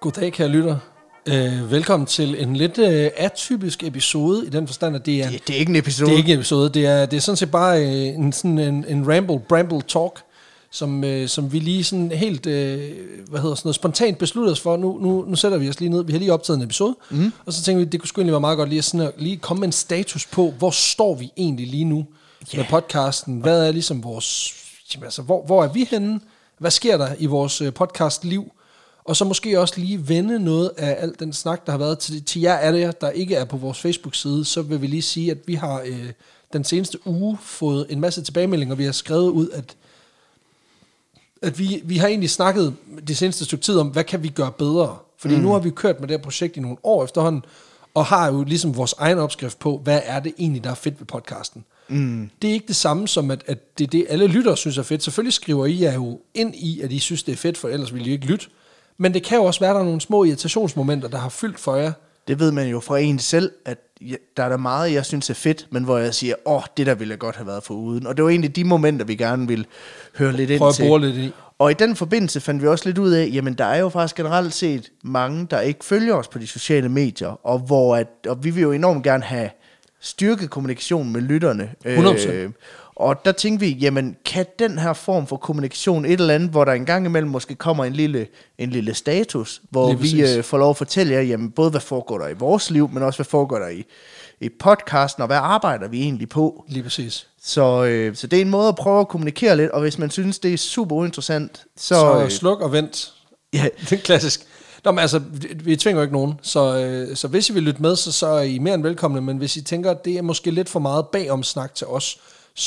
Goddag, kære lytter. Velkommen til en lidt atypisk episode, i den forstand, at det er ikke en episode. Det er ikke en episode. Det er sådan set bare en bramble talk, som vi lige sådan helt, spontant besluttede os for. Nu sætter vi os lige ned. Vi har lige optaget en episode, og så tænkte vi, det kunne sgu egentlig være meget godt lige komme med en status på, hvor står vi egentlig lige nu med podcasten? Hvad er ligesom vores, altså hvor er vi henne? Hvad sker der i vores podcast-liv? Og så måske også lige vende noget af al den snak, der har været til jer af jer, der ikke er på vores Facebook-side. Så vil vi lige sige, at vi har den seneste uge fået en masse tilbagemeldinger. Vi har skrevet ud, at vi har egentlig snakket det seneste stykke tid om, hvad kan vi gøre bedre? Fordi nu har vi kørt med det her projekt i nogle år efterhånden, og har jo ligesom vores egen opskrift på, hvad er det egentlig, der er fedt ved podcasten. Det er ikke det samme som, at det er det, alle lyttere synes er fedt. Selvfølgelig skriver I jo ind i, at I synes, det er fedt, for ellers ville I ikke lytte. Men det kan jo også være, at der er nogle små irritationsmomenter, der har fyldt for jer. Det ved man jo fra en selv, at der er der meget, jeg synes er fedt, men hvor jeg siger, det der ville jeg godt have været foruden. Og det var egentlig de momenter, vi gerne vil høre lidt ind til. Prøv at bore lidt i. Og i den forbindelse fandt vi også lidt ud af, jamen der er jo faktisk generelt set mange, der ikke følger os på de sociale medier, og vi vil jo enormt gerne have styrket kommunikation med lytterne. 100%. Og der tænkte vi, jamen kan den her form for kommunikation et eller andet, hvor der engang imellem måske kommer en lille status, hvor vi får lov at fortælle jer, jamen både hvad foregår der i vores liv, men også hvad foregår der i podcasten, og hvad arbejder vi egentlig på. Lige præcis. Så det er en måde at prøve at kommunikere lidt, og hvis man synes, det er super uinteressant, så sluk og vent. Ja. Det er klassisk. Nå, men altså, vi tvinger jo ikke nogen, så hvis I vil lytte med, så er I mere end velkomne, men hvis I tænker, at det er måske lidt for meget bagom snak til os,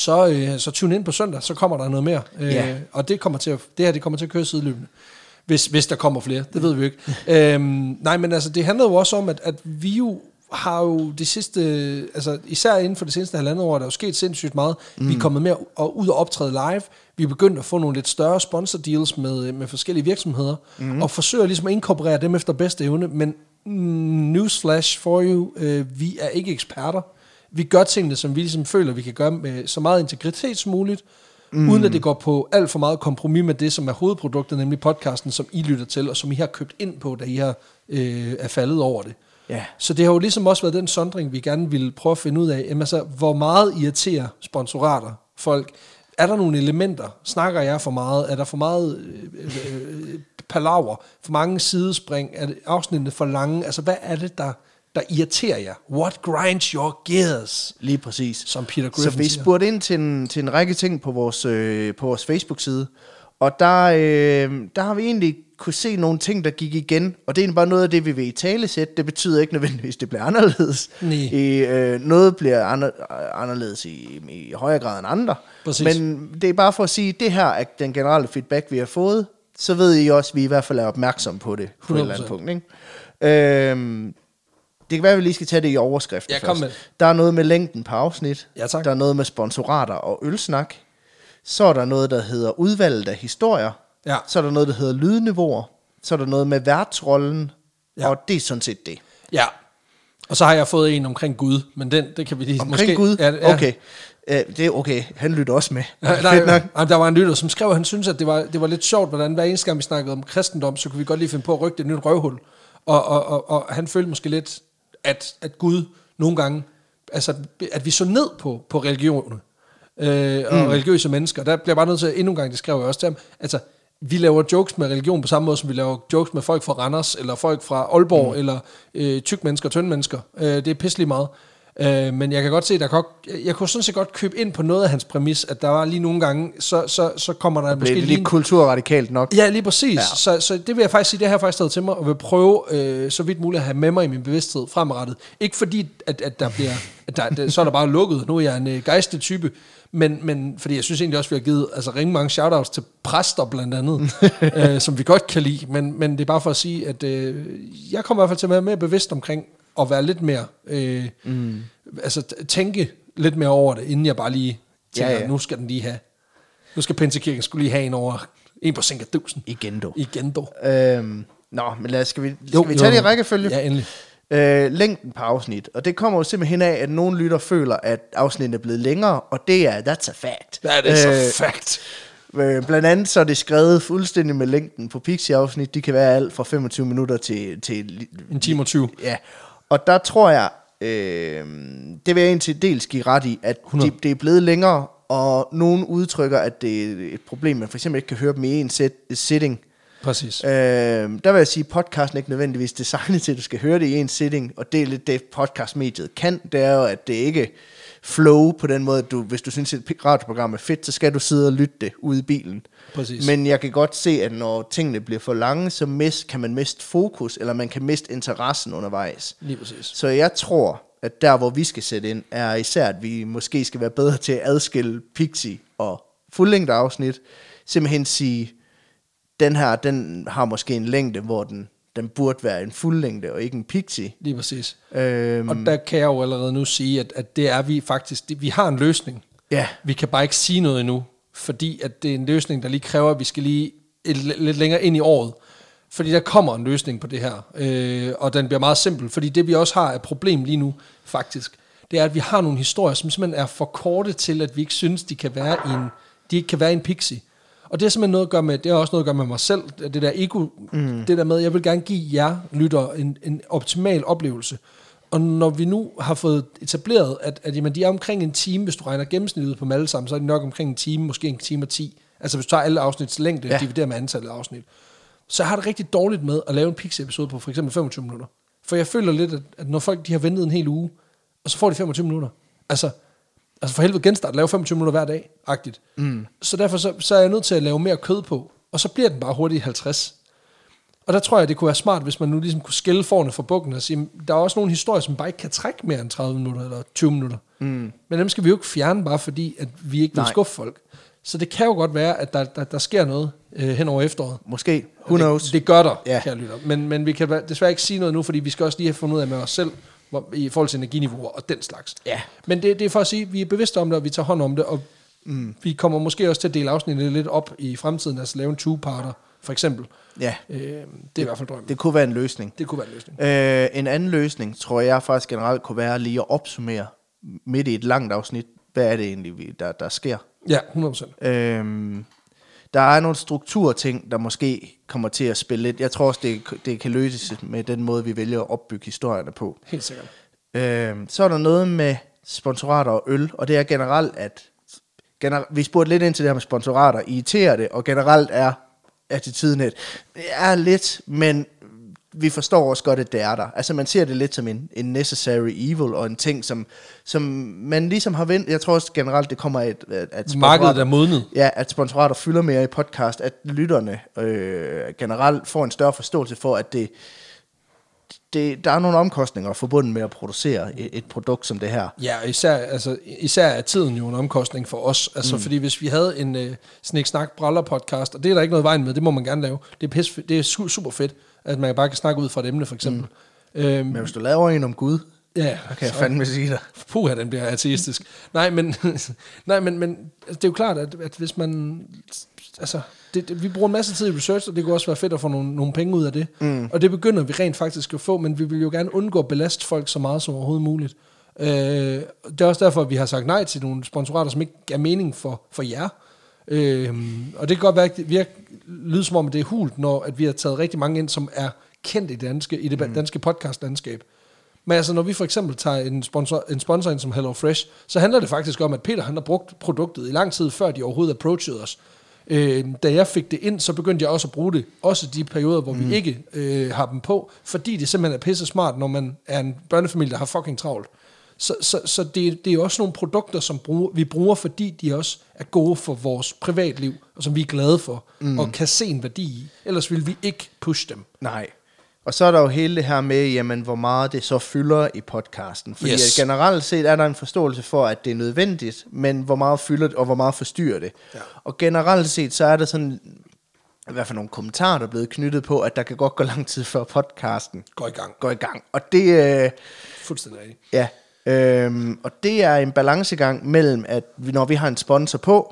så tune ind på søndag, så kommer der noget mere. Og det kommer til at køre sideløbende. Hvis der kommer flere, det ved vi jo ikke. Nej, men altså, det handler jo også om, at vi jo har jo det sidste, altså især inden for det seneste 1,5 år, der er jo sket sindssygt meget. Vi er kommet mere ud og optræde live. Vi er begyndt at få nogle lidt større sponsor deals med forskellige virksomheder, og forsøger ligesom at inkorporere dem efter bedste evne. Men newsflash for you, vi er ikke eksperter. Vi gør tingene, som vi ligesom føler, vi kan gøre med så meget integritet som muligt, uden at det går på alt for meget kompromis med det, som er hovedproduktet, nemlig podcasten, som I lytter til, og som I har købt ind på, da I har er faldet over det. Yeah. Så det har jo ligesom også været den sondring, vi gerne vil prøve at finde ud af. Jamen, altså, hvor meget irriterer sponsorater folk? Er der nogle elementer? Snakker jeg for meget? Er der for meget palaver? For mange sidespring? Er afsnittene for lange? Altså, hvad er det, der irriterer jer? What grinds your gears? Lige præcis. Som Peter Griffin Så vi spurgte ind til en række ting på vores Facebook-side, og der har vi egentlig kunne se nogle ting, der gik igen, og det er bare noget af det, vi vil i tale sætte. Det betyder ikke nødvendigvis, det bliver anderledes. Noget bliver anderledes i højere grad end andre. Præcis. Men det er bare for at sige, det her er den generelle feedback, vi har fået, så ved I også, at vi i hvert fald er opmærksom på det på 100%. Et eller andet punkt. Ikke? Det kan være, at vi lige skal tage det i overskriften først. Der er noget med længden på afsnit. Ja, tak. Der er noget med sponsorater og ølsnak. Så er der noget, der hedder udvalget af historier. Ja. Så er der noget, der hedder lydniveauer. Så er der noget med værtsrollen. Ja. Og det er sådan set det. Ja. Og så har jeg fået en omkring Gud, men det kan vi lige... Omkring måske, Gud? Ja. Okay. Det er okay. Han lytter også med. Nej, der var en lytter, som skrev, at han synes, at det var lidt sjovt, hvordan hver eneste gang vi snakkede om kristendom, så kunne vi godt lige finde på at rykke det nyt røvhul. Og han følte måske lidt, at Gud nogle gange, altså at vi så ned på religionen og religiøse mennesker. Der bliver bare nødt til, endnu en gang, det skrev jeg også til ham, altså vi laver jokes med religion på samme måde, som vi laver jokes med folk fra Randers, eller folk fra Aalborg, eller tyk mennesker, tynde mennesker. Det er pisselig meget. Men jeg kan godt se, jeg kunne sådan set godt købe ind på noget af hans præmis, at der var lige nogle gange, så kommer der måske lige kulturradikalt nok. Ja, lige præcis. Ja. Så det vil jeg faktisk sige, det har jeg faktisk taget til mig, og vil prøve så vidt muligt at have med mig i min bevidsthed fremadrettet. Ikke fordi, at der bliver, så er der bare lukket. Nu er jeg en gejstlig type, men fordi jeg synes egentlig også, vi har givet ringe mange shoutouts til præster blandt andet, som vi godt kan lide, men det er bare for at sige, at jeg kommer i hvert fald til at være mere bevidst omkring at være lidt mere, tænke lidt mere over det, inden jeg bare lige tænker, nu skal den lige have, nu skal Pinsekirken skulle lige have en på Sinkadusen. Igen dog. Nå, men skal vi tage det i rækkefølge? Ja, endelig. Længden på afsnit, og det kommer jo simpelthen af, at nogle lytter føler, at afsnittet er blevet længere, og det er, that's a fact. That is a fact. Blandt andet så er det skrevet fuldstændig med længden på Pixie-afsnit. De kan være alt fra 25 minutter til en time og 20. Ja, og der tror jeg, det vil jeg egentlig dels give ret i, at det er blevet længere, og nogen udtrykker, at det er et problem, man for eksempel ikke kan høre dem i en sitting. Præcis. Der vil jeg sige, at podcasten ikke nødvendigvis designet til, at du skal høre det i en sitting, og det er lidt det, podcastmediet kan, det er jo, at det ikke flow på den måde, at hvis du synes, at et radioprogram er fedt, så skal du sidde og lytte det ude i bilen. Præcis. Men jeg kan godt se, at når tingene bliver for lange, så kan man miste fokus, eller man kan miste interessen undervejs. Lige præcis. Så jeg tror, at der, hvor vi skal sætte ind, er især, at vi måske skal være bedre til at adskille Pixie og fuldlængde afsnit. Simpelthen sige, den har måske en længde, hvor den burde være en fuldlængde, og ikke en Pixie. Lige præcis. Og der kan jeg jo allerede nu sige, at det er vi faktisk, vi har en løsning. Ja. Vi kan bare ikke sige noget endnu, fordi at det er en løsning, der lige kræver, at vi skal lige lidt længere ind i året. Fordi der kommer en løsning på det her, og den bliver meget simpel, fordi det vi også har et problem lige nu, faktisk, det er, at vi har nogle historier, som simpelthen er for korte til, at vi ikke synes, de ikke kan være en Pixie. Og det er simpelthen noget at gøre med, det er også noget at gøre med mig selv, det der ego, det der med, jeg vil gerne give jer lytter en optimal oplevelse. Og når vi nu har fået etableret, at jamen, de er omkring en time, hvis du regner gennemsnittet på dem alle sammen, så er de nok omkring en time, måske en time og 10. Altså hvis du tager alle afsnits længde, dividerer med antallet af afsnit. Så har det rigtig dårligt med at lave en Pixie-episode på for eksempel 25 minutter. For jeg føler lidt, at når folk de har ventet en hel uge, og så får de 25 minutter. Altså for helvede genstart, lave 25 minutter hver dag, agtigt. Så derfor så er jeg nødt til at lave mere kød på, og så bliver den bare hurtigt 50. Og der tror jeg, det kunne være smart, hvis man nu ligesom kunne skille forne fra bukken og sige, der er også nogle historier, som bare ikke kan trække mere end 30 minutter eller 20 minutter. Men dem skal vi jo ikke fjerne, bare fordi, at vi ikke vil skuffe folk. Så det kan jo godt være, at der sker noget hen over efteråret. Måske. Who knows? Det gør der, kære lytter. Men vi kan desværre ikke sige noget nu, fordi vi skal også lige have fundet ud af med os selv, i forhold til energiniveauer og den slags. Ja. Men det er for at sige, at vi er bevidste om det, og vi tager hånd om det, og vi kommer måske også til at dele afsnittet lidt op i fremtiden, altså lave en 2-parter, for eksempel. Ja. Det er i hvert fald drømmen. Det kunne være en løsning. Det kunne være en løsning. En anden løsning, tror jeg faktisk generelt kunne være lige at opsummere midt i et langt afsnit, hvad er det egentlig, der sker. Ja, 100%. Der er nogle strukturting, der måske kommer til at spille lidt. Jeg tror også, det kan løses med den måde, vi vælger at opbygge historierne på. Helt sikkert. Så er der noget med sponsorater og øl, og det er generelt, at vi spurgte lidt ind til det her med sponsorater, irriterer det, og generelt er attituden det er lidt, men vi forstår også godt, at det er der. Altså man ser det lidt som en necessary evil, og en ting, som man ligesom har vendt. Jeg tror også generelt, det kommer at markedet er modnet. Ja, at sponsorater fylder mere i podcast, at lytterne generelt får en større forståelse for, at der er nogle omkostninger forbundet med at producere et produkt som det her. Ja, især er tiden jo en omkostning for os. Altså, fordi hvis vi havde en Snik-Snak-Briller-podcast, og det er der ikke noget vejen med, det må man gerne lave. Det er super fedt, at man bare kan snakke ud fra et emne, for eksempel. Men hvis du laver en om Gud, ja, kan jeg fandme sige dig. Puha, den bliver ateistisk. Nej, men det er jo klart, at hvis man... Altså, vi bruger en masse tid i research, og det kunne også være fedt at få nogle penge ud af det. Og det begynder vi rent faktisk at få, men vi vil jo gerne undgå at belaste folk så meget som overhovedet muligt. Det er også derfor, at vi har sagt nej til nogle sponsorater, som ikke er mening for jer. Og det kan godt være, at vi lyder som om, at det er hult, når at vi har taget rigtig mange ind, som er kendt i det danske podcastlandskab. Men altså, når vi for eksempel tager en sponsor ind som HelloFresh, så handler det faktisk om, at Peter han har brugt produktet i lang tid, før de overhovedet approachede os. Da jeg fik det ind, så begyndte jeg også at bruge det. Også de perioder, hvor vi ikke har dem på, fordi det simpelthen er pisse smart, når man er en børnefamilie, der har fucking travlt. Så det er også nogle produkter, som vi bruger, fordi de også er gode for vores privatliv, og som vi er glade for, og kan se en værdi i. Ellers vil vi ikke pushe dem. Nej. Og så er der jo hele det her med, jamen, hvor meget det så fylder i podcasten. Fordi generelt set er der en forståelse for, at det er nødvendigt, men hvor meget fylder det, og hvor meget forstyrrer det. Ja. Og generelt set, så er der sådan, i hvert fald nogle kommentarer, der er blevet knyttet på, at der kan godt gå lang tid før podcasten går i gang. Og det... fuldstændig rigtigt. Ja. Og det er en balancegang mellem, at når vi har en sponsor på,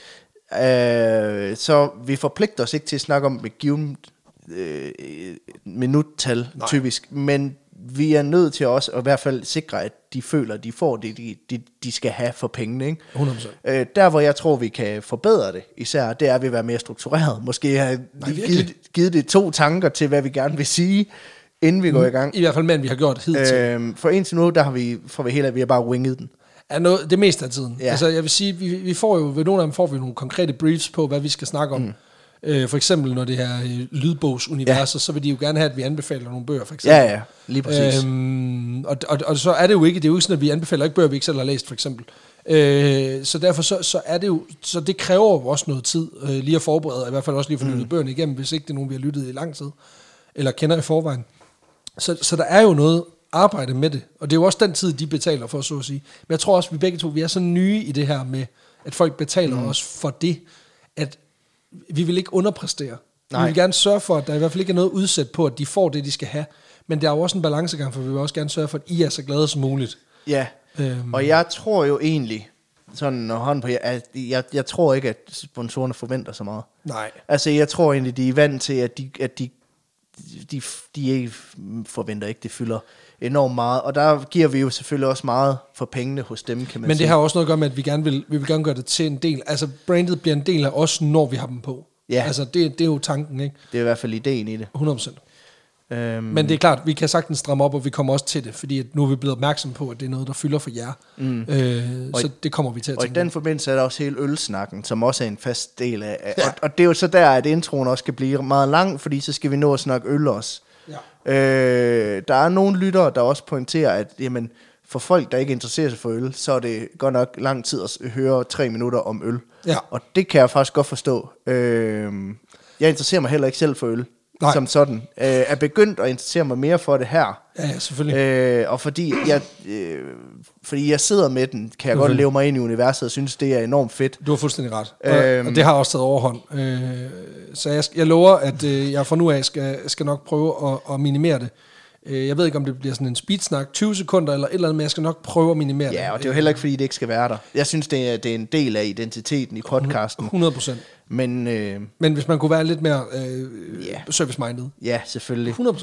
så vi forpligter os ikke til at snakke om et givet minuttal, typisk, men vi er nødt til også at i hvert fald sikre, at de føler, at de får det, de skal have for pengene. Ikke? 100%. Der, hvor jeg tror, vi kan forbedre det, især, det er ved at være mere struktureret. Måske have givet det 2 tanker til, hvad vi gerne vil sige, inden vi går i gang. I hvert fald mere, end vi har gjort hidtil. For indtil nu, der har vi har bare winget den. Er noget, det meste af tiden. Ja. Altså, jeg vil sige, vi får jo, ved nogle af dem får vi nogle konkrete briefs på, hvad vi skal snakke om. For eksempel, når det her lydbogsuniverset, så vil de jo gerne have, at vi anbefaler nogle bøger, for eksempel. Ja, lige præcis. Og så er det jo ikke sådan, at vi anbefaler ikke bøger, vi ikke selv har læst, for eksempel. Så derfor så er det jo, så det kræver jo også noget tid, lige at forberede, i hvert fald også lige at få lyttet bøgerne igennem, hvis ikke det er nogen, vi har lyttet i lang tid, eller kender i forvejen. Så der er jo noget arbejde med det, og det er jo også den tid, de betaler for, så at sige. Men jeg tror også, vi begge to, vi er så nye i det her med, at folk betaler os for det, at vi vil ikke underpræstere. Nej. Vi vil gerne sørge for, at der i hvert fald ikke er noget udsæt på, at de får det, de skal have. Men der er jo også en balancegang, for vi vil også gerne sørge for, at I er så glade som muligt. Ja, og jeg tror jo egentlig, sådan hånden på jer, jeg tror ikke, at sponsorerne forventer så meget. Nej. Altså, jeg tror egentlig, de er vant til, at de ikke forventer ikke, det fylder enormt meget. Og der giver vi jo selvfølgelig også meget for pengene hos dem, kan man Men sige. det har også noget at gøre med, at vi vil gerne gøre det til en del. Altså, brandet bliver en del af os, når vi har dem på. Ja. Altså, det er jo tanken, ikke? Det er i hvert fald ideen i det. 100%. Men det er klart, vi kan sagtens stramme op, og vi kommer også til det, fordi at nu er vi blevet opmærksom på, at det er noget, der fylder for jer. Så det kommer vi til at tænke. Og i den forbindelse er der også hele ølsnakken, som også er en fast del af. Ja. Og det er jo så der, at introen også kan blive meget lang, fordi så skal vi nå at snakke øl også. Ja. Der er nogle lyttere, der også pointerer, at jamen, for folk, der ikke interesserer sig for øl, så er det godt nok lang tid at høre 3 minutter om øl. Ja. Og det kan jeg faktisk godt forstå. Jeg interesserer mig heller ikke selv for øl. Nej. Som sådan, er begyndt at interessere mig mere for det her. Ja, selvfølgelig. Og fordi jeg sidder med den, kan jeg godt leve mig ind i universet og synes, det er enormt fedt. Du har fuldstændig ret. Og det har også taget overhånd. Så jeg lover, at jeg fra nu af skal nok prøve at minimere det. Jeg ved ikke, om det bliver sådan en speedsnak, 20 sekunder eller et eller andet, men jeg skal nok prøve at minimere det. Ja, og det er jo heller ikke, fordi det ikke skal være der. Jeg synes, det er en del af identiteten i podcasten. 100%. Men hvis man kunne være lidt mere service-minded. Ja, selvfølgelig. 100%.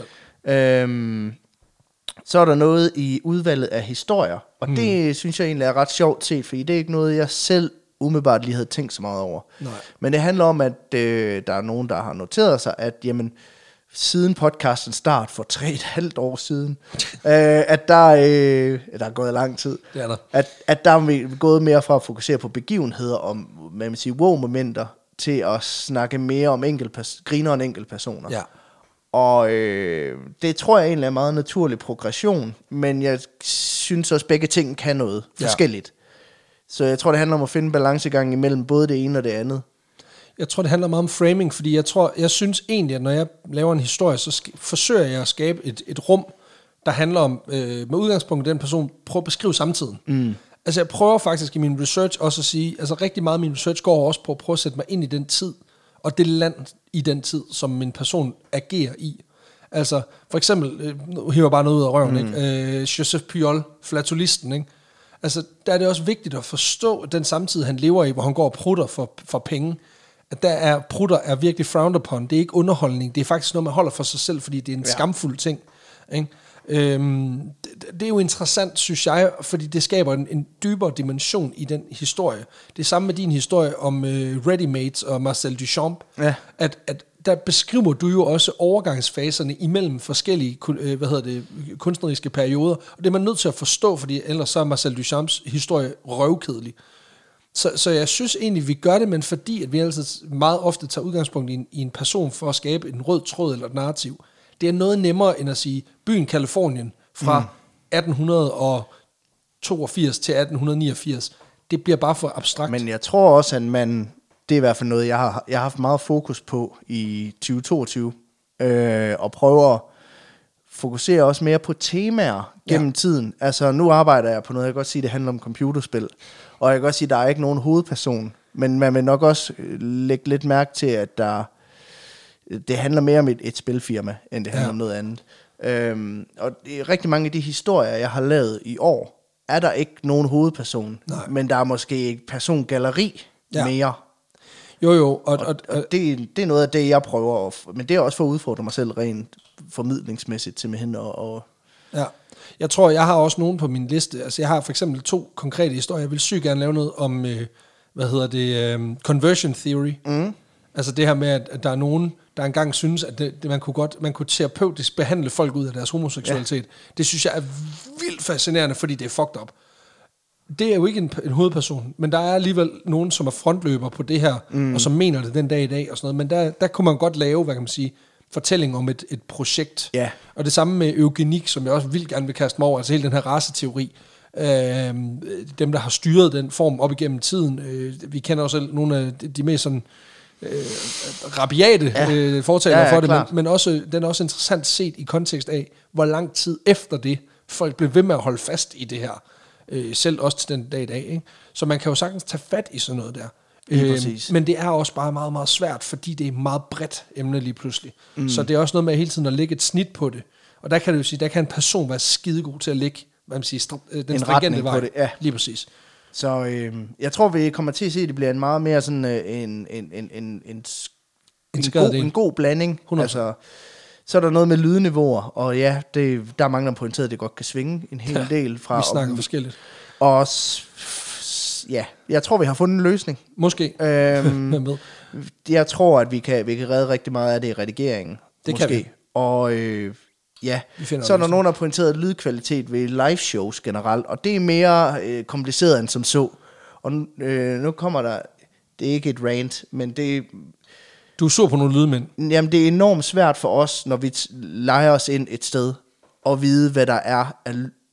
Så er der noget i udvalget af historier, og det synes jeg egentlig er ret sjovt set, fordi det er ikke noget, jeg selv umiddelbart lige havde tænkt så meget over. Nej. Men det handler om, at der er nogen, der har noteret sig, at jamen, siden podcasten start for 3,5 år siden, at der er gået lang tid, det er der. At der er vi gået mere fra at fokusere på begivenheder om, hvad man siger, wow-momenter, til at snakke mere om grineren enkeltpersoner. Ja. Og det tror jeg egentlig er en meget naturlig progression, men jeg synes også, begge ting kan noget forskelligt. Så jeg tror, det handler om at finde balancegang imellem både det ene og det andet. Jeg tror, det handler meget om framing, fordi jeg synes egentlig, at når jeg laver en historie, så forsøger jeg at skabe et rum, der handler om, med udgangspunkt i den person, prøve at beskrive samtiden. Altså jeg prøver faktisk i min research også at sige, altså rigtig meget af min research går også på at prøve at sætte mig ind i den tid, og det land i den tid, som min person agerer i. Altså for eksempel, nu hiver jeg bare noget ud af røven, ikke? Joseph Pujol, flatulisten, ikke? Altså der er det også vigtigt at forstå den samtid, han lever i, hvor han går og prutter for penge. At prutter er virkelig frowned upon. Det er ikke underholdning, det er faktisk noget, man holder for sig selv, fordi det er en skamfuld ting, ikke? Det er jo interessant, synes jeg, fordi det skaber en dybere dimension i den historie. Det er samme med din historie om Ready-Mates og Marcel Duchamp, at der beskriver du jo også overgangsfaserne imellem forskellige kunstneriske perioder, og det er man nødt til at forstå, fordi ellers så er Marcel Duchamps historie røvkedelig. Så jeg synes egentlig, vi gør det, men fordi at vi altid meget ofte tager udgangspunkt i en person for at skabe en rød tråd eller et narrativ. Det er noget nemmere end at sige byen Kalifornien fra 1882 til 1889. Det bliver bare for abstrakt. Men jeg tror også, at det er i hvert fald noget, jeg har haft meget fokus på i 2022, og prøver at fokusere også mere på temaer gennem tiden. Altså nu arbejder jeg på noget, jeg kan godt sige, det handler om computerspil, og jeg kan godt sige, der er ikke nogen hovedperson, men man vil nok også lægge lidt mærke til, at det handler mere om et spilfirma, end det handler om noget andet. Og rigtig mange af de historier, jeg har lavet i år, er der ikke nogen hovedperson, men der er måske et persongalleri mere. Jo. Og det er noget af det, jeg prøver, men det er også for at udfordre mig selv rent formidlingsmæssigt simpelthen, og Ja. Jeg tror, jeg har også nogen på min liste. Altså, jeg har for eksempel 2 konkrete historier. Jeg vil sygt gerne lave noget om, conversion theory. Altså det her med, at der er nogen, der engang synes, at man kunne terapeutisk behandle folk ud af deres homoseksualitet. Ja. Det synes jeg er vildt fascinerende, fordi det er fucked up. Det er jo ikke en hovedperson, men der er alligevel nogen, som er frontløber på det her, og som mener det den dag i dag og sådan noget. Men der kunne man godt lave, hvad kan man sige, fortælling om et projekt. Ja. Og det samme med eugenik, som jeg også vildt gerne vil kaste mig over, altså hele den her raceteori. Dem, der har styret den form op igennem tiden. Vi kender også selv nogle af de mest sådan rabiate fortalere for det, men også, den er også interessant set i kontekst af, hvor lang tid efter det, folk blev ved med at holde fast i det her. Selv også til den dag i dag. Ikke? Så man kan jo sagtens tage fat i sådan noget der. Men det er også bare meget, meget svært, fordi det er et meget bredt emne lige pludselig. Så det er også noget med hele tiden at lægge et snit på det. Og der kan det jo sige, der kan en person være skidegod til at lægge, hvad man siger, den stringente vej. Det, ja. Lige præcis. Så jeg tror, vi kommer til at se, at det bliver en meget mere sådan en god blanding. 100%. Altså, så er der noget med lydniveauer, og ja, der er mange, der har pointeret, at det godt kan svinge en hel del fra. Vi snakker forskelligt. Og ja, jeg tror, vi har fundet en løsning. Måske. Hvem ved? Jeg tror, at vi kan redde rigtig meget af det i redigeringen. Det måske. kan vi. Og ja, så er der nogen, der har pointeret lydkvalitet ved live shows generelt, og det er mere kompliceret end som så. Og nu kommer der, det er ikke et rant, men det... Du er sur på nogle lydmænd. Jamen, det er enormt svært for os, når vi leger os ind et sted, og vide, hvad der er af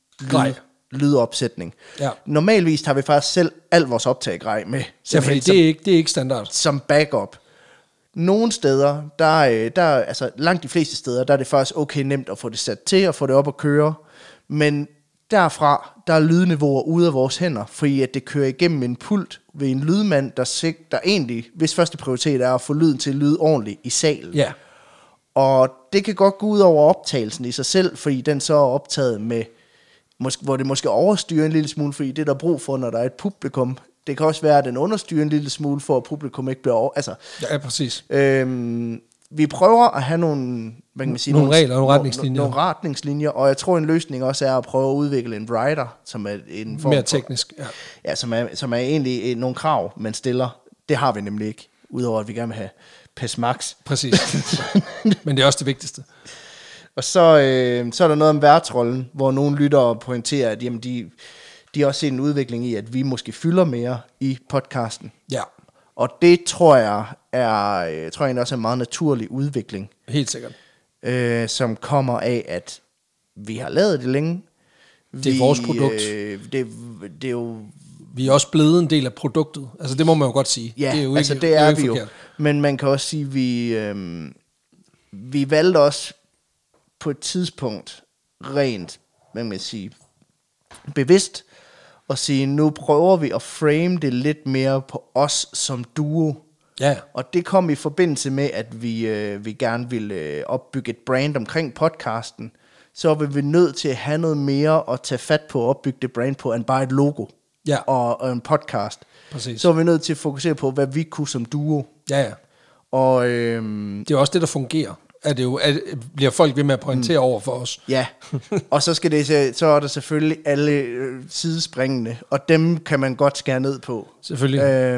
lydopsætning. Ja. Normalvis har vi faktisk selv alt vores optagegrej med. Ja, fordi det er ikke standard. Som backup. Nogle steder, altså langt de fleste steder, der er det faktisk okay nemt at få det sat til og få det op at køre. Men derfra, der er lydniveauer ude af vores hænder, fordi at det kører igennem en pult ved en lydmand, der egentlig, hvis første prioritet er at få lyden til at lyde ordentligt i salen. Ja. Og det kan godt gå ud over optagelsen i sig selv, fordi den så er optaget med, hvor det måske overstyrer en lille smule, fordi det der er brug for, når der er et publikum. Det kan også være, at den understyrer en lille smule, for at publikum ikke bliver over... Altså, ja, præcis. Vi prøver at have nogle, hvad kan man sige, nogle regler, nogle retningslinjer. Nogle retningslinjer, og jeg tror, en løsning også er at prøve at udvikle en writer, som er en form mere teknisk, ja. Ja, som er egentlig nogle krav, man stiller. Det har vi nemlig ikke, udover at vi gerne vil have PES Max. Præcis. Men det er også det vigtigste. Og så er der noget om værtsrollen, hvor nogle lyttere pointerer, at jamen, de har også set en udvikling i, at vi måske fylder mere i podcasten. Ja. Og det tror jeg egentlig også er en meget naturlig udvikling. Helt sikkert. Som kommer af, at vi har lavet det længe. Det er vores produkt. Det er jo... Vi er også blevet en del af produktet. Altså det må man jo godt sige. Ja, det er jo altså ikke, det er vi forkert. jo. Men man kan også sige, vi valgte også på et tidspunkt rent, hvad man sige, bevidst, og sige, nu prøver vi at frame det lidt mere på os som duo. Ja. Og det kom i forbindelse med, at vi gerne ville opbygge et brand omkring podcasten. Så var vi nødt til at have noget mere at tage fat på at opbygge det brand på, end bare et logo og en podcast. Præcis. Så var vi nødt til at fokusere på, hvad vi kunne som duo. Ja. Og det er også det, der fungerer. Bliver folk ved med at pointere over for os. Ja, og så er der selvfølgelig alle sidespringende, og dem kan man godt skære ned på. Selvfølgelig.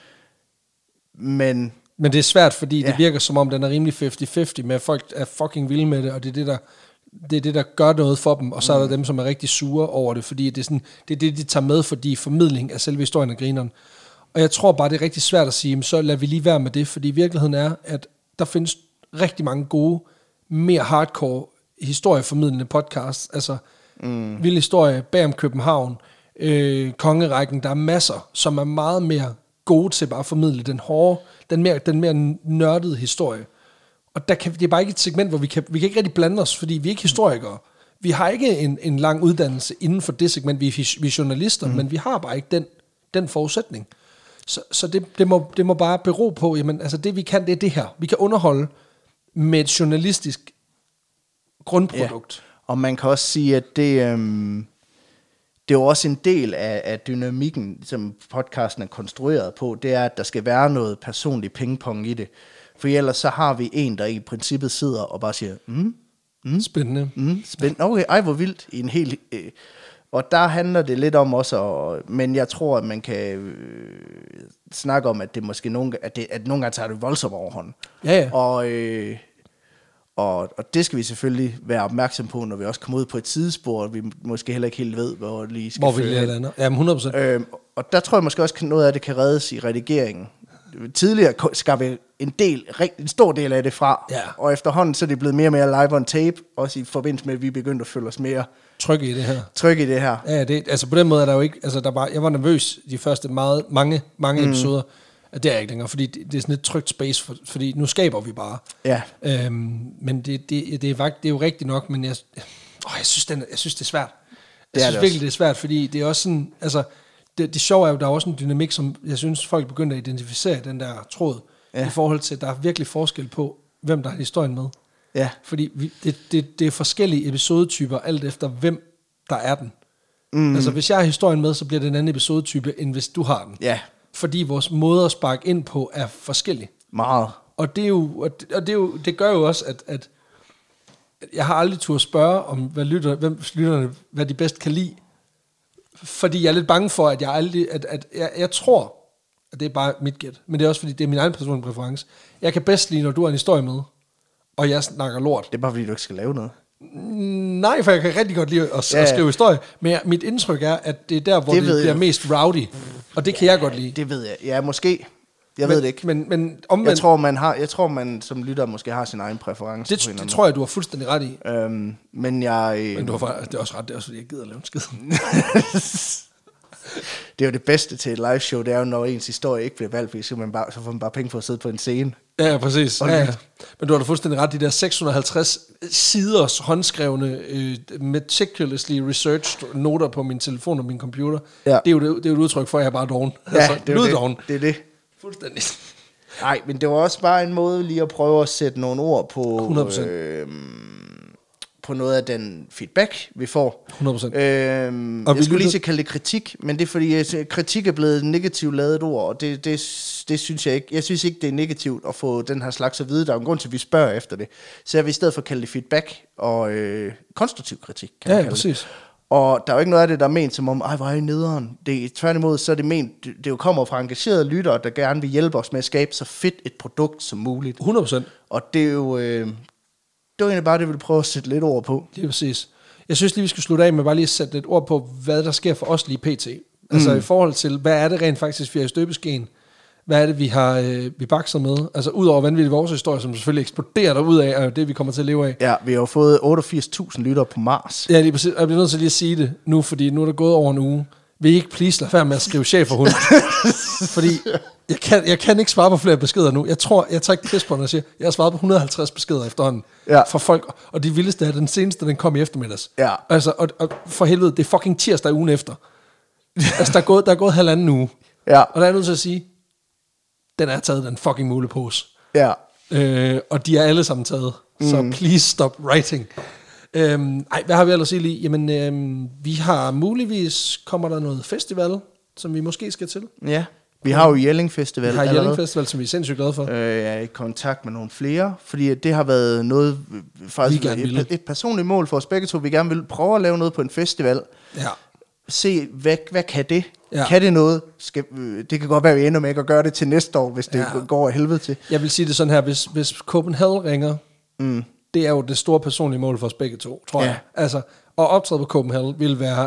Men det er svært, fordi det virker som om, den er rimelig 50-50 med, at folk er fucking vilde med det, og det er det, der gør noget for dem, og så er der dem, som er rigtig sure over det, fordi det er det, de tager med, fordi formidling af selve historien af grineren. Og jeg tror bare, det er rigtig svært at sige, så lader vi lige være med det, fordi virkeligheden er, at der findes rigtig mange gode, mere hardcore historieformidlende podcasts, altså Vild Historie, Bag om København, Kongerækken, der er masser, som er meget mere gode til bare at formidle den mere nørdede historie. Og det er bare ikke et segment, hvor vi kan ikke rigtig blande os, fordi vi er ikke historikere. Vi har ikke en lang uddannelse inden for det segment, vi er journalister, men vi har bare ikke den forudsætning. Så det må bare bero på, jamen, altså det vi kan, det er det her. Vi kan underholde med et journalistisk grundprodukt. Ja. Og man kan også sige, at det er jo også en del af dynamikken, som podcasten er konstrueret på, det er, at der skal være noget personlig pingpong i det. For ellers så har vi en, der i princippet sidder og bare siger, Spændende. Spændende. Okay, ej, hvor vildt. I en helt... Og der handler det lidt om også, men jeg tror, at man kan snakke om, at det måske at nogle gange tager det voldsomt overhånd. Ja. Og det skal vi selvfølgelig være opmærksom på, når vi også kommer ud på et sidespor, og vi måske heller ikke helt ved, hvor lige skal hvor vi lander. Jamen 100%. Og der tror jeg måske også, at noget af det kan reddes i redigeringen. Tidligere skar vi en stor del af det fra, og efterhånden så er det blevet mere og mere live on tape, også i forbindelse med, at vi begyndte at føle os mere trygge i det her. Ja, det, altså på den måde er der jo ikke, altså jeg var nervøs de første mange episoder, at det er ikke længere, fordi det er sådan et trygt space, fordi nu skaber vi bare. Ja. Men det er jo rigtigt nok, men jeg synes det er svært. Jeg synes virkelig, det er svært, fordi det er også sådan, altså det sjove er jo, der er også en dynamik, som jeg synes, folk begynder at identificere den der tråd, i forhold til, at der er virkelig forskel på, hvem der har historien med. Ja. Fordi det er forskellige episodetyper, alt efter hvem der er den. Altså hvis jeg har historien med, så bliver det en anden episodetype, end hvis du har den. Ja. Fordi vores måde at sparke ind på er forskellige. Meget. Og det gør jo også, at jeg har aldrig turde spørge om, hvad de bedst kan lide. Fordi jeg er lidt bange for, at jeg tror, at det er bare mit gæt, men det er også fordi, det er min egen personlige præference. Jeg kan bedst lide, når du har en historie med, og jeg snakker lort. Det er bare fordi, du ikke skal lave noget. Nej, for jeg kan rigtig godt lide at skrive historie, men mit indtryk er, at det er der, hvor det bliver mest rowdy, og det kan jeg godt lide. Det ved jeg. Ja, måske. Jeg ved det ikke. Men omvendt... Jeg tror, man som lytter måske har sin egen præference. Det tror jeg, du har fuldstændig ret i. Men du har det er også ret, det er også fordi, jeg gider at lave en skid. Det er jo det bedste til et live show, det er jo, når ens historie ikke bliver valgt, fordi så får man bare penge for at sidde på en scene. Ja, præcis. Ja. Men du har da fuldstændig ret, de der 650 siders håndskrevne, meticulously researched noter på min telefon og min computer. Ja. Det er jo et udtryk for, at jeg er bare doven. Ja, altså, det er det. Fuldstændig. Nej, men det var også bare en måde lige at prøve at sætte nogle ord på 100%. På noget af den feedback, vi får. 100%. Jeg skulle lige så kalde det kritik, men det er fordi, kritik er blevet et negativt ladet ord, og det synes jeg ikke. Jeg synes ikke, det er negativt at få den her slags at vide. Der er en grund til, at vi spørger efter det. Så jeg vil i stedet for kalde det feedback og konstruktiv kritik. Ja, præcis. Og der er jo ikke noget af det, der er ment som om, hvor er I nederen? Tværtimod, så er det ment, det jo kommer fra engagerede lyttere, der gerne vil hjælpe os med at skabe så fedt et produkt som muligt. 100%. Og det er jo... det var egentlig bare det, vi ville prøve at sætte lidt ord på. Det er præcis. Jeg synes lige, vi skal slutte af med bare lige at sætte lidt ord på, hvad der sker for os lige pt. Altså i forhold til, hvad er det rent faktisk, vi har i støbeskeen? Hvad er det, vi bakser med? Altså ud over vanvittigt vores historie, som selvfølgelig eksploderer derudad, og det vi kommer til at leve af. Ja, vi har jo fået 88.000 lyttere på Mars. Ja, lige præcis. Jeg bliver nødt til lige at sige det nu, fordi nu er der gået over en uge. Vil I ikke please lade være med at skrive cheferhund? Fordi jeg kan ikke svare på flere beskeder nu. Jeg tager ikke pis på, når jeg siger, jeg har svaret på 150 beskeder efterhånden fra folk, og de vildeste er den seneste, den kom i eftermiddags. Ja. Altså, og for helvede, det er fucking tirsdag ugen efter. Altså, der er gået halvanden uge. Ja. Og der er jeg nødt til at sige, den er taget, den fucking mulepose. Ja. Og de er alle sammen taget. Så please stop writing. Hvad har vi ellers sige lige? Jamen, vi har muligvis, kommer der noget festival, som vi måske skal til? Ja, vi har jo Jelling Festival. Vi har Jelling Festival, som vi er sindssygt glade for. Jeg er i kontakt med nogle flere, fordi det har været noget, faktisk et personligt mål for os begge to. Vi gerne vil prøve at lave noget på en festival. Ja. Se, hvad kan det? Ja. Kan det noget? Det kan godt være, at vi ender med ikke at gøre det til næste år, hvis det går af helvede til. Jeg vil sige det sådan her, hvis Copenhagen ringer, det er jo det store personlige mål for os begge to, tror jeg. Altså, og optræde på Copenhagen vil være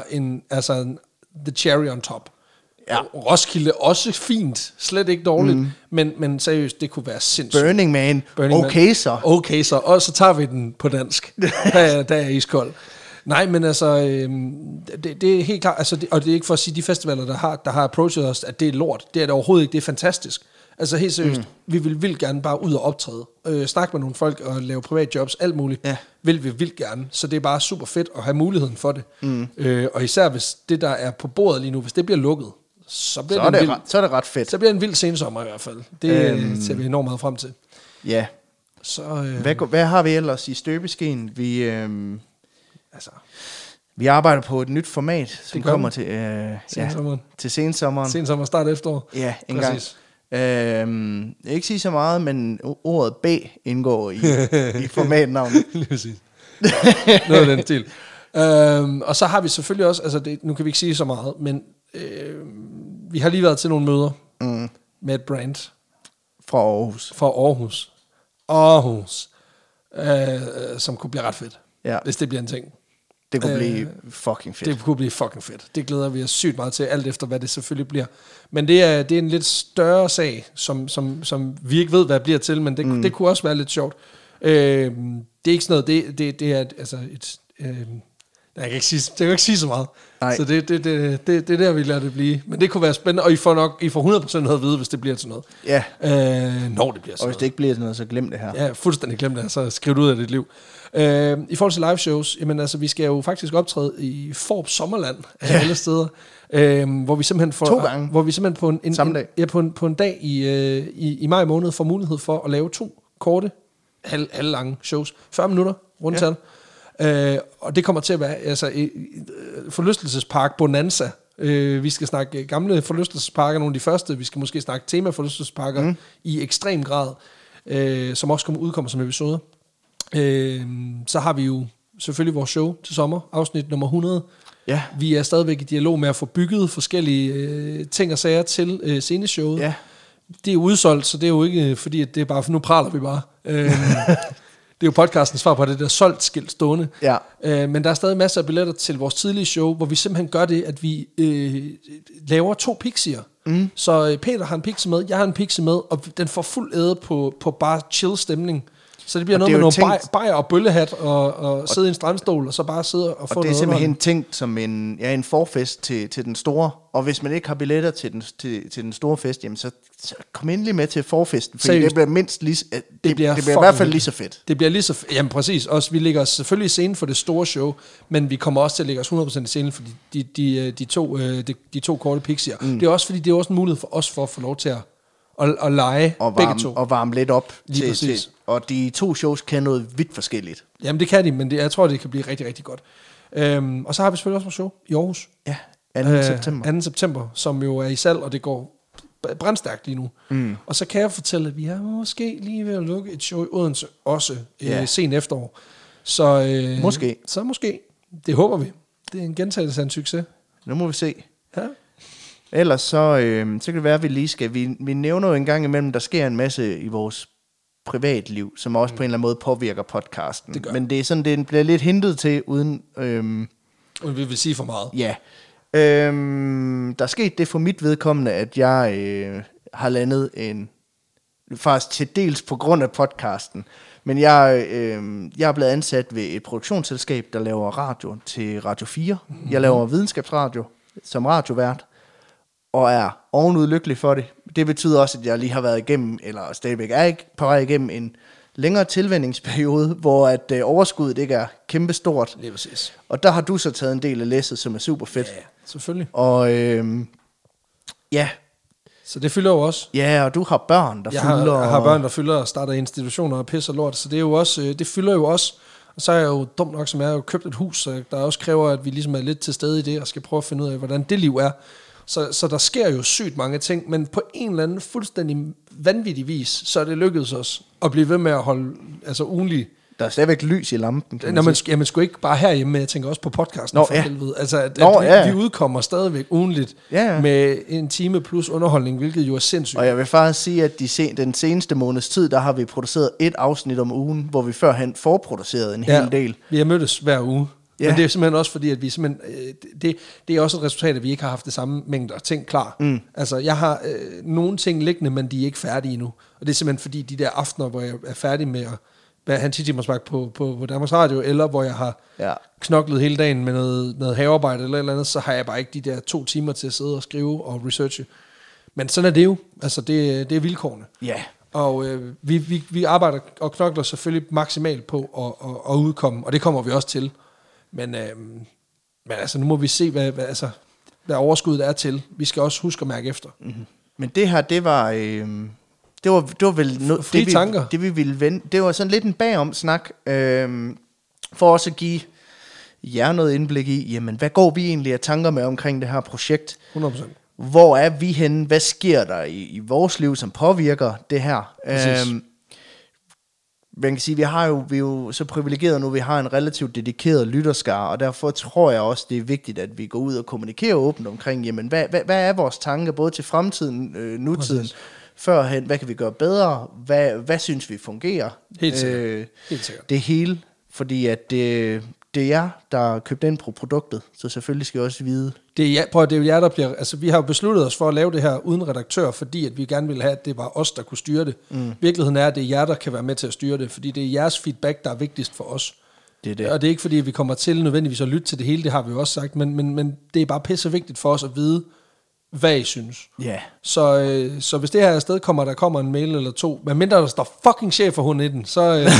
the cherry on top. Ja. Roskilde også fint, slet ikke dårligt, men seriøst, det kunne være sindssygt. Burning Man. Okay så. Og så tager vi den på dansk. Der er iskold. Nej, men altså, det er helt klart, altså, og det er ikke for at sige, de festivaler, der har approachet os, at det er lort. Det er det overhovedet ikke, det er fantastisk. Altså helt seriøst, vi vil vildt gerne bare ud og optræde. Snakke med nogle folk og lave privat jobs, alt muligt. Ja. Vil vi vildt gerne. Så det er bare super fedt at have muligheden for det. Og især hvis det, der er på bordet lige nu, hvis det bliver lukket, så er det ret fedt. Så bliver det en vild sensommer i hvert fald. Det ser vi enormt meget frem til. Ja. Så, hvad har vi ellers i støbeskeen? Vi arbejder på et nyt format, som kommer til sensommeren. Sensommer, start efterår. Ja, en gang. Jeg vil ikke sige så meget, men ordet B indgår i formatnavnet. Noget af den stil. Og så har vi selvfølgelig også, altså nu kan vi ikke sige så meget, men vi har lige været til nogle møder med et brand. Fra Aarhus. Aarhus. Som kunne blive ret fedt, hvis det bliver en ting. Det kunne blive fucking fedt. Det kunne blive fucking fedt. Det glæder vi os sygt meget til, alt efter hvad det selvfølgelig bliver. Men det er en lidt større sag, som vi ikke ved, hvad bliver til, men det kunne også være lidt sjovt. Det er ikke sådan noget, det er altså et... jeg kan ikke sige så meget. Nej. Så det er der, vi lader det blive. Men det kunne være spændende, og I får 100% noget at vide, hvis det bliver til noget. Ja. Når det bliver sådan og hvis det ikke bliver til noget, så glem det her. Ja, fuldstændig glem det, så skriv det ud af dit liv. I forhold til live shows, jamen altså, vi skal jo faktisk optræde i Forbes Sommerland af alle steder, hvor vi simpelthen får... 2 gange. Hvor vi simpelthen på samme dag. På en dag i maj måned får mulighed for at lave 2 korte, halvlange shows. 40 minutter rundt tal. Og det kommer til at være altså forlystelsespark Bonanza. Vi skal snakke gamle forlystelsesparker, nogle af de første. Vi skal måske snakke tema forlystelsesparker i ekstrem grad, som også udkommer som episoder. Så har vi jo selvfølgelig vores show til sommer, afsnit nummer 100. Ja. Vi er stadigvæk i dialog med at få bygget forskellige ting og sager til sceneshowet. Ja. Det er udsolgt, så det er jo ikke fordi, at det er bare, for nu praler vi bare. Det er jo podcastens svar på det der solgt skilt stående. Ja. Men der er stadig masser af billetter til vores tidlige show, hvor vi simpelthen gør det, at vi laver 2 pixier. Så Peter har en pixie med, jeg har en pixie med, og den får fuld æde på bare chill stemning. Så det bliver noget med nogle bajer og bøllehat og sidde i en strandstol, og så bare sidde og få noget. Og det er simpelthen tænkt som en forfest til den store. Og hvis man ikke har billetter til den store fest, jamen så kom endelig med til forfesten, fordi det bliver mindst lige... Det bliver i hvert fald lige så fedt. Det bliver lige så fedt. Jamen præcis. Også, vi ligger os selvfølgelig i scenen for det store show, men vi kommer også til at lægge os 100% i scenen for de to korte pixier. Det er også fordi, det er også en mulighed for os for at få lov til at lege begge to. Og varme lidt op til. Og de 2 shows kan noget vidt forskelligt. Jamen det kan de, men jeg tror, det kan blive rigtig, rigtig godt. Og så har vi selvfølgelig også vores show i Aarhus. Ja, 2. september. 2. september, som jo er i salg, og det går brandstærkt lige nu. Og så kan jeg fortælle, at vi er måske lige ved at lukke et show i Odense, også sen efterår. Så måske. Så måske. Det håber vi. Det er en gentagelse af en succes. Nu må vi se. Ja. Ellers så kan det være, at vi lige skal... Vi nævner jo en gang imellem, der sker en masse i vores privatliv, som også på en eller anden måde påvirker podcasten. Men det er sådan, det bliver lidt hintet til, uden... Uden vi vil sige for meget. Ja. Der er sket det for mit vedkommende, at jeg har landet faktisk til dels på grund af podcasten, men jeg er blevet ansat ved et produktionsselskab, der laver radio til Radio 4. Jeg laver videnskabsradio som radiovært, og er ovenud lykkelig for det. Det betyder også, at jeg lige har været igennem, eller stadigvæk er ikke på vej igennem en længere tilvændingsperiode, hvor at overskuddet ikke er kæmpestort. Det er præcis. Og der har du så taget en del af læsset, som er super fedt. Ja, selvfølgelig. Og ja. Så det fylder jo også. Ja, og du har børn, der fylder. Jeg har børn, der fylder og starter institutioner og pisser lort, så det er jo også, det fylder jo også. Og så er jeg jo dum nok, som jeg har jo købt et hus, der også kræver, at vi ligesom er lidt til stede i det, og skal prøve at finde ud af, hvordan det liv er. Så der sker jo sygt mange ting, men på en eller anden fuldstændig vanvittig vis, så er det lykkedes os at blive ved med at holde ugenlig. Der er stadigvæk lys i lampen. Man skulle ikke bare herhjemme, men jeg tænker også på podcasten for helvede. Altså, vi udkommer stadigvæk ugenligt med en time plus underholdning, hvilket jo er sindssygt. Og jeg vil faktisk sige, at den seneste måneds tid, der har vi produceret 1 afsnit om ugen, hvor vi førhen forproducerede en hel del. Vi har mødtes hver uge. Ja. Men det er simpelthen også fordi, at vi simpelthen, det er også et resultat, at vi ikke har haft det samme mængder ting klar. Altså, jeg har nogle ting liggende, men de er ikke færdige endnu. Og det er simpelthen fordi, de der aftener, hvor jeg er færdig med at have en 10-timers vagt på Danmarks Radio, eller hvor jeg har knoklet hele dagen med noget havearbejde eller et eller andet, så har jeg bare ikke de der 2 timer til at sidde og skrive og researche. Men sådan er det jo. Altså, det er vilkårene. Ja. Og vi arbejder og knokler selvfølgelig maksimalt på at udkomme, og det kommer vi også til. Men altså, nu må vi se, hvad overskuddet er til. Vi skal også huske at mærke efter. Mm-hmm. Men det her, det var vel noget, det vi ville vende. Det var sådan lidt en bagom snak, for også at give jer noget indblik i, jamen, hvad går vi egentlig af tanker med omkring det her projekt? 100%. Hvor er vi henne? Hvad sker der i vores liv, som påvirker det her? man kan sige, vi er jo så privilegeret nu, vi har en relativt dedikeret lytterskare, og derfor tror jeg også, det er vigtigt, at vi går ud og kommunikerer åbent omkring, jamen, hvad er vores tanker, både til fremtiden, nutiden, førhen, hvad kan vi gøre bedre, hvad synes vi fungerer? Helt sikkert. Helt sikkert. Det hele, fordi at det er jer, der har købt ind på produktet, så selvfølgelig skal jeg også vide. Det er jo jer, der bliver... Altså, vi har jo besluttet os for at lave det her uden redaktør, fordi at vi gerne ville have, at det var os, der kunne styre det. Virkeligheden er, at det er jer, der kan være med til at styre det, fordi det er jeres feedback, der er vigtigst for os. Det er det. Og det er ikke, fordi vi kommer til nødvendigvis at lytte til det hele, det har vi jo også sagt, men det er bare pisse vigtigt for os at vide, hvad I synes. Ja. Så hvis det her afsted der kommer en mail eller to, men mindre der står fucking chef for hun i den,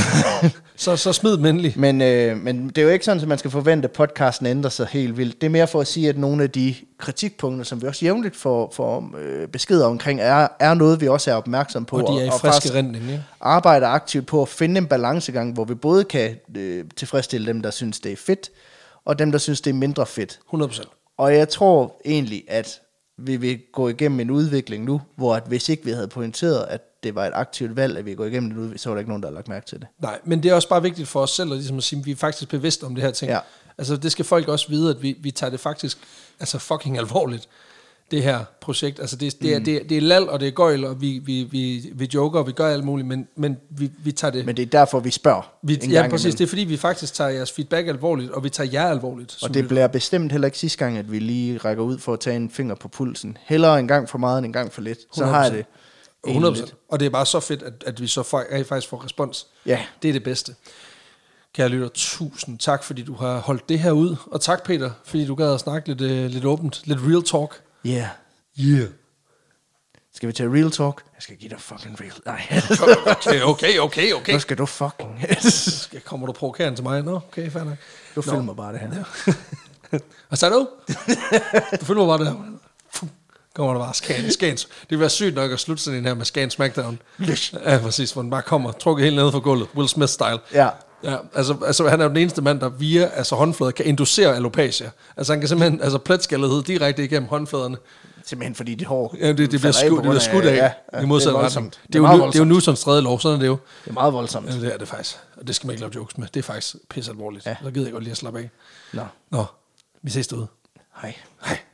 så smid dem endelig. Men det er jo ikke sådan, at man skal forvente, at podcasten ændrer sig helt vildt. Det er mere for at sige, at nogle af de kritikpunkter, som vi også jævnligt får beskeder omkring, er noget, vi også er opmærksom på. Og de er i friske rendning, ja. Arbejder aktivt på at finde en balancegang, hvor vi både kan tilfredsstille dem, der synes, det er fedt, og dem, der synes, det er mindre fedt. 100%. Og jeg tror egentlig, at vi vil gå igennem en udvikling nu, hvor at hvis ikke vi havde pointeret, at det var et aktivt valg, at vi går igennem en udvikling, så var der ikke nogen, der havde lagt mærke til det. Nej, men det er også bare vigtigt for os selv, at, ligesom at sige, at vi er faktisk bevidste om det her ting. Ja. Altså det skal folk også vide, at vi tager det faktisk fucking alvorligt, det her projekt. Altså det er lal, og det er gøjl, og vi joker, og vi gør alt muligt, men vi tager det... Men det er derfor, vi spørger. Ja, præcis. Det er fordi, vi faktisk tager jeres feedback alvorligt, og vi tager jer alvorligt. Og det bliver bestemt heller ikke sidste gang, at vi lige rækker ud for at tage en finger på pulsen. Hellere en gang for meget, end en gang for lidt. Så 100%. Har jeg det. 100%. Og det er bare så fedt, at vi så faktisk får respons. Ja. Det er det bedste. Kære lytter, tusind tak, fordi du har holdt det her ud. Og tak, Peter, fordi du gad at snakke lidt åbent. Lidt real talk. Yeah. Yeah. Skal vi tage real talk? Jeg skal give dig fucking real. Nej. Okay. Nu skal du fucking... Kommer du provokerende til mig? Nå, okay, fair nok. Du filmer bare det her. Hvad sagde du? Du filmer bare det her. Kommer der bare scans. Det vil være sygt nok at slutte sådan en her med Scan Smackdown. Ja, præcis, hvor den bare kommer trukket helt ned fra gulvet. Will Smith-style. Ja. Ja, altså han er jo den eneste mand, der via håndflader kan inducere alopecia. Altså han kan simpelthen, pletskaldighed direkte igennem håndfladerne. Simpelthen fordi det hår... Ja, det bliver skudt af i modsat retning. Det er jo Newtons tredje lov, sådan er det jo. Det er meget voldsomt. Ja, det er det faktisk. Og det skal man ikke lave jokes med. Det er faktisk pisse alvorligt. Ja. Så gider jeg godt lige at slappe af. Nå. Vi ses derude. Hej.